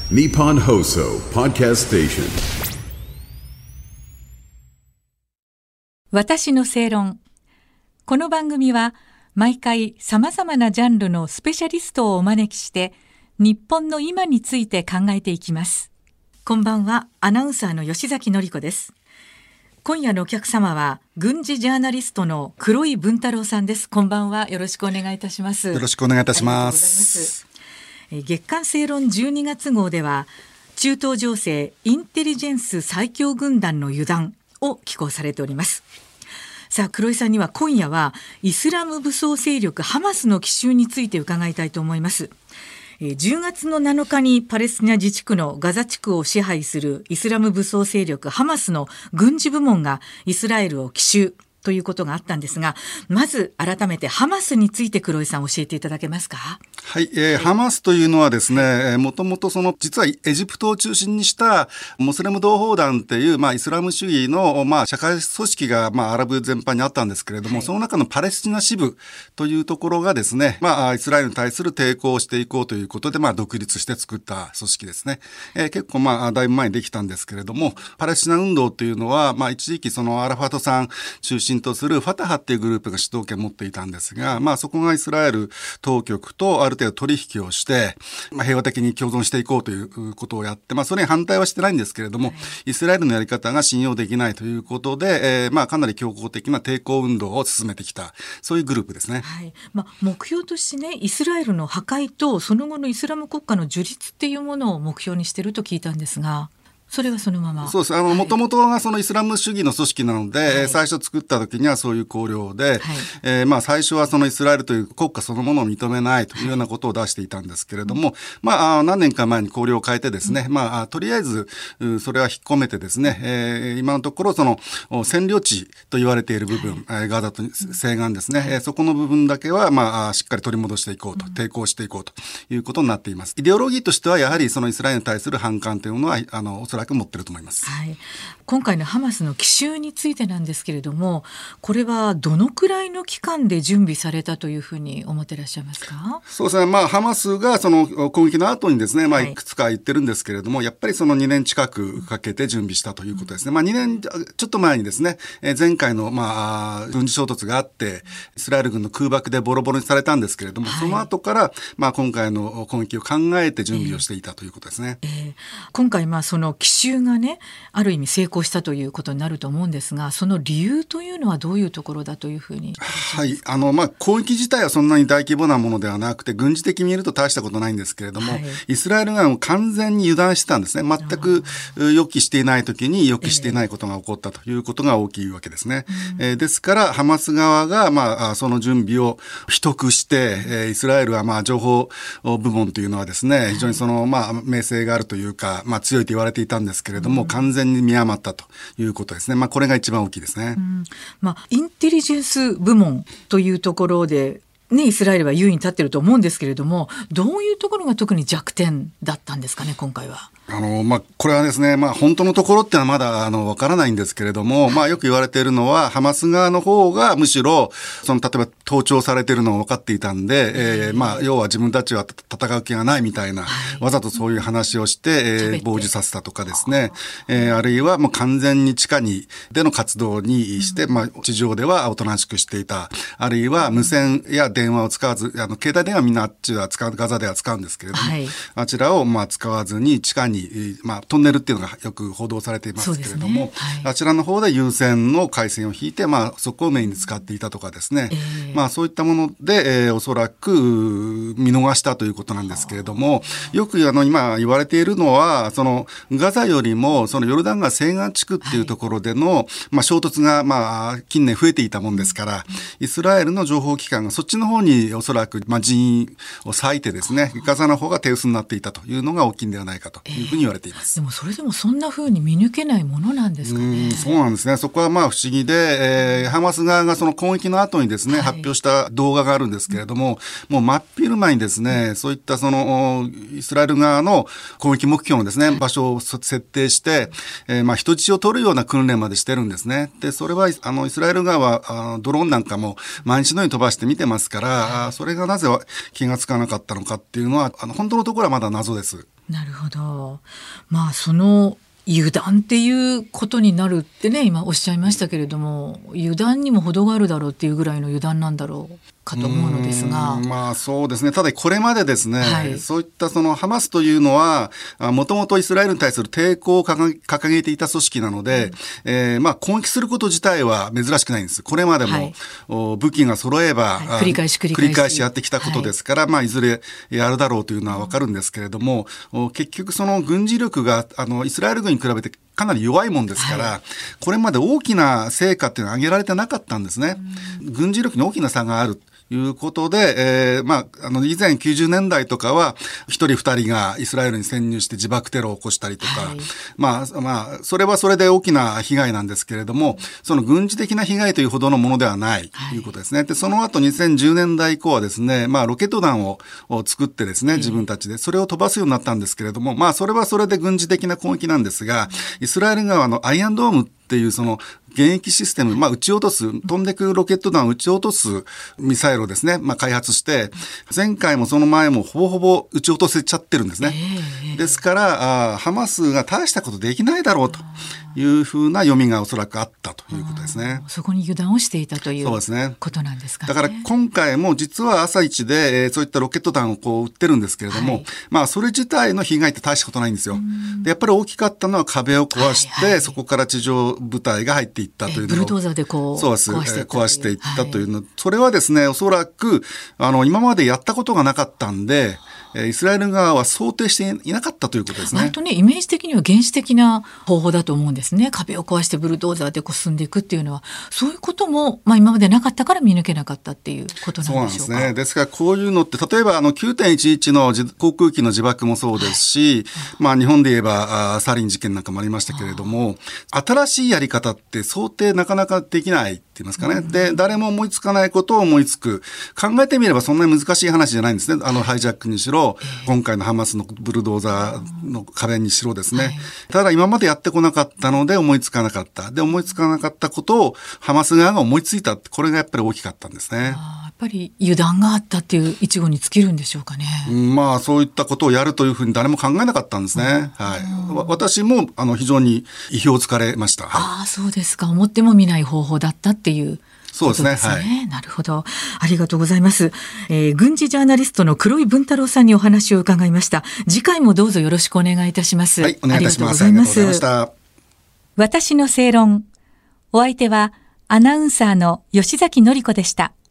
Nippon Hoso Podcast Station。 私の正論。この番組は毎回さまざまなジャンルのスペシャリストをお招きして日本の今について考えていきます。こんばんは、アナウンサーの吉崎紀子です。今夜のお客様は軍事ジャーナリストの黒井文太郎さんです。こんばんは、よろしくお願いいたします。 よろしくお願いいたします。 月刊正論12月号では中東情勢インテリジェンス最強軍団の油断を寄稿されております。さあ、黒井さんには今夜はイスラム武装勢力ハマスの奇襲について伺いたいと思います。10月の7日にパレスチナ自治区のガザ地区を支配するイスラム武装勢力ハマスの軍事部門がイスラエルを奇襲ということがあったんですが、まず改めてハマスについて黒井さん教えていただけますか。 はい、ハマスというのはですね、もともと実はエジプトを中心にしたモスレム同胞団っていう、イスラム主義の、社会組織が、アラブ全般にあったんですけれども、その中のパレスチナ支部というところがですね、イスラエルに対する抵抗をしていこうということで、独立して作った組織ですね。結構だいぶ前にできたんですけれども、パレスチナ運動というのは、一時期アラファトさん中心とするファタハっていうグループが主導権を持っていたんですが、そこがイスラエル当局とある程度取引をして、平和的に共存していこうということをやって、それに反対はしてないんですけれども、イスラエルのやり方が信用できないということで、かなり強硬的な抵抗運動を進めてきた、そういうグループですね。 はい。目標としてね、イスラエルの破壊とその後のイスラム国家の樹立っていうものを目標にしていると聞いたんですが、それはそのまま。 そうです。もともとがイスラム主義の組織なので、最初作った時にはそういう綱領で、最初はイスラエルという国家そのものを認めないというようなことを出していたんですけれども、何年か前に綱領を変えてですね、とりあえずそれは引っ込めてですね、今のところ占領地と言われている部分、ガザと西岸ですね、そこの部分だけはしっかり取り戻していこうと、抵抗していこうということになっています。イデオロギーとしてはやはりイスラエルに対する反感というのはおそらく持っていると思います。 はい。今回のハマスの奇襲についてなんですけれども、これはどのくらいの期間で準備されたというふうに思っていらっしゃいますか。 そうですね。ハマスが攻撃の後にですね、いくつか言ってるんですけれども、やっぱり2年近くかけて準備したということですね。2年ちょっと前にですね、前回の軍事衝突があって、イスラエル軍の空爆でボロボロにされたんですけれども、その後から今回の攻撃を考えて準備をしていたということですね。 今回その奇襲がね、ある意味成功したということになると思うんですが、その理由というのはどういうところだというふうに。 はい。攻撃自体はそんなに大規模なものではなくて、軍事的に見ると大したことないんですけれども、イスラエルが完全に油断してたんですね。全く予期していない時に予期していないことが起こったということが大きいわけですね。ですからハマス側がその準備を秘匿して、イスラエルは情報部門というのはですね、非常に名声があるというか、強いと言われていたんですけれども、完全に見誤ったということですね。これが一番大きいですね。 インテリジェンス部門というところでイスラエルは優位に立っていると思うんですけれども、どういうところが特に弱点だったんですかね、今回は。 これはですね、本当のところってのはまだわからないんですけれども、よく言われているのはハマス側の方がむしろ例えば盗聴されているのが分かっていたんで、要は自分たちは戦う気がないみたいな、わざとそういう話をして、傍受させたとかですね、あるいはもう完全に地下での活動にして、地上ではおとなしくしていた、あるいは無線や電話を使わず、携帯電話みんなガザでは使うんですけれども、あちらを使わずに地下にトンネルっていうのがよく報道されていますけれども、あちらの方で有線の回線を引いて、そこをメインに使っていたとかですね、そういったもので、おそらく見逃したということなんですけれども、よく今言われているのはガザよりもヨルダン川西岸地区っていうところでの、衝突が近年増えていたもんですから、イスラエルの情報機関がそっちの方におそらく人員を割いてですね、ガザの方が手薄になっていたというのが大きいんではないかというふうに言われています。 でもそれでもそんな風に見抜けないものなんですかね。 そうなんですね。そこは不思議で、ハマス側が攻撃の後にですね、発表した動画があるんですけれども、もう真っ昼間にですね、そういったイススラエル側の攻撃目標のですね、場所を設定して、人質を取るような訓練までしてるんですね。で、それはイスラエル側はドローンなんかも毎日のように飛ばして見てますから、それがなぜ気がつかなかったのかっていうのは本当のところはまだ謎です。 なるほど。その油断っていうことになるってね、今おっしゃいましたけれども、油断にも程があるだろうっていうぐらいの油断なんだろうかと思うのですが、 そうですね。ただこれまでですね、 はい、 そういったそのハマスというのはもともとイスラエルに対する抵抗を掲げていた組織なので、攻撃すること自体は珍しくないんです。これまでも、はい、武器が揃えば、 繰り返しやってきたことですから、いずれやるだろうというのはわかるんですけれども、結局その軍事力がイスラエル軍に比べてかなり弱いもんですから、はい、これまで大きな成果っていうのは挙げられてなかったんですね。軍事力に大きな差があるということで、以前90年代とかは一人二人がイスラエルに潜入して自爆テロを起こしたりとか、はい、それはそれで大きな被害なんですけれども、その軍事的な被害というほどのものではないということですね。はい、で、その後2010年代以降はですね、ロケット弾を作ってですね、自分たちでそれを飛ばすようになったんですけれども、それはそれで軍事的な攻撃なんですが、イスラエル側のアイアンドームっていうその現役システム、撃ち落とす、飛んでくるロケット弾を撃ち落とすミサイルをですね、開発して、前回もその前もほぼほぼ撃ち落とせちゃってるんですね。ですから、ハマスが大したことできないだろうというふうな読みがおそらくあったということですね。 そこに油断をしていたということなんですかね。 だから今回も実は朝一で、そういったロケット弾を撃ってるんですけれども、それ自体の被害って大したことないんですよ。で、やっぱり大きかったのは壁を壊して、そこから地上部隊が入っていったというのを、 ブルドーザーで壊していったというの、それはですね、おそらく今までやったことがなかったんで、イスラエル側は想定していなかったということですね。 割とね、イメージ的には原始的な方法だと思うんですね。壁を壊してブルドーザーで進んでいくっていうのは、そういうことも、今までなかったから見抜けなかったっていうことなんでしょうか。 そうなんですね。ですからこういうのって、例えば9.11 の航空機の自爆もそうですし、日本で言えばサリン事件なんかもありましたけれども、新しいやり方って想定なかなかできないって言いますかね。で、誰も思いつかないことを思いつく。考えてみればそんなに難しい話じゃないんですね。ハイジャックにしろ、今回のハマスのブルドーザーの壁にしろですね。ただ今までやってこなかったので思いつかなかった。で、思いつかなかったことをハマス側が思いついた。これがやっぱり大きかったんですね。 やっぱり油断があったっていう一語に尽きるんでしょうかね。 そういったことをやるというふうに誰も考えなかったんですね。はい。私も非常に意表をつかれました。 そうですか。思っても見ない方法だったっていう。 そうですね。はい。 なるほど。ありがとうございます。軍事ジャーナリストの黒井文太郎さんにお話を伺いました。次回もどうぞよろしくお願いいたします。 はい、お願いいたします。ありがとうございました。 私の正論。お相手はアナウンサーの吉崎紀子でした。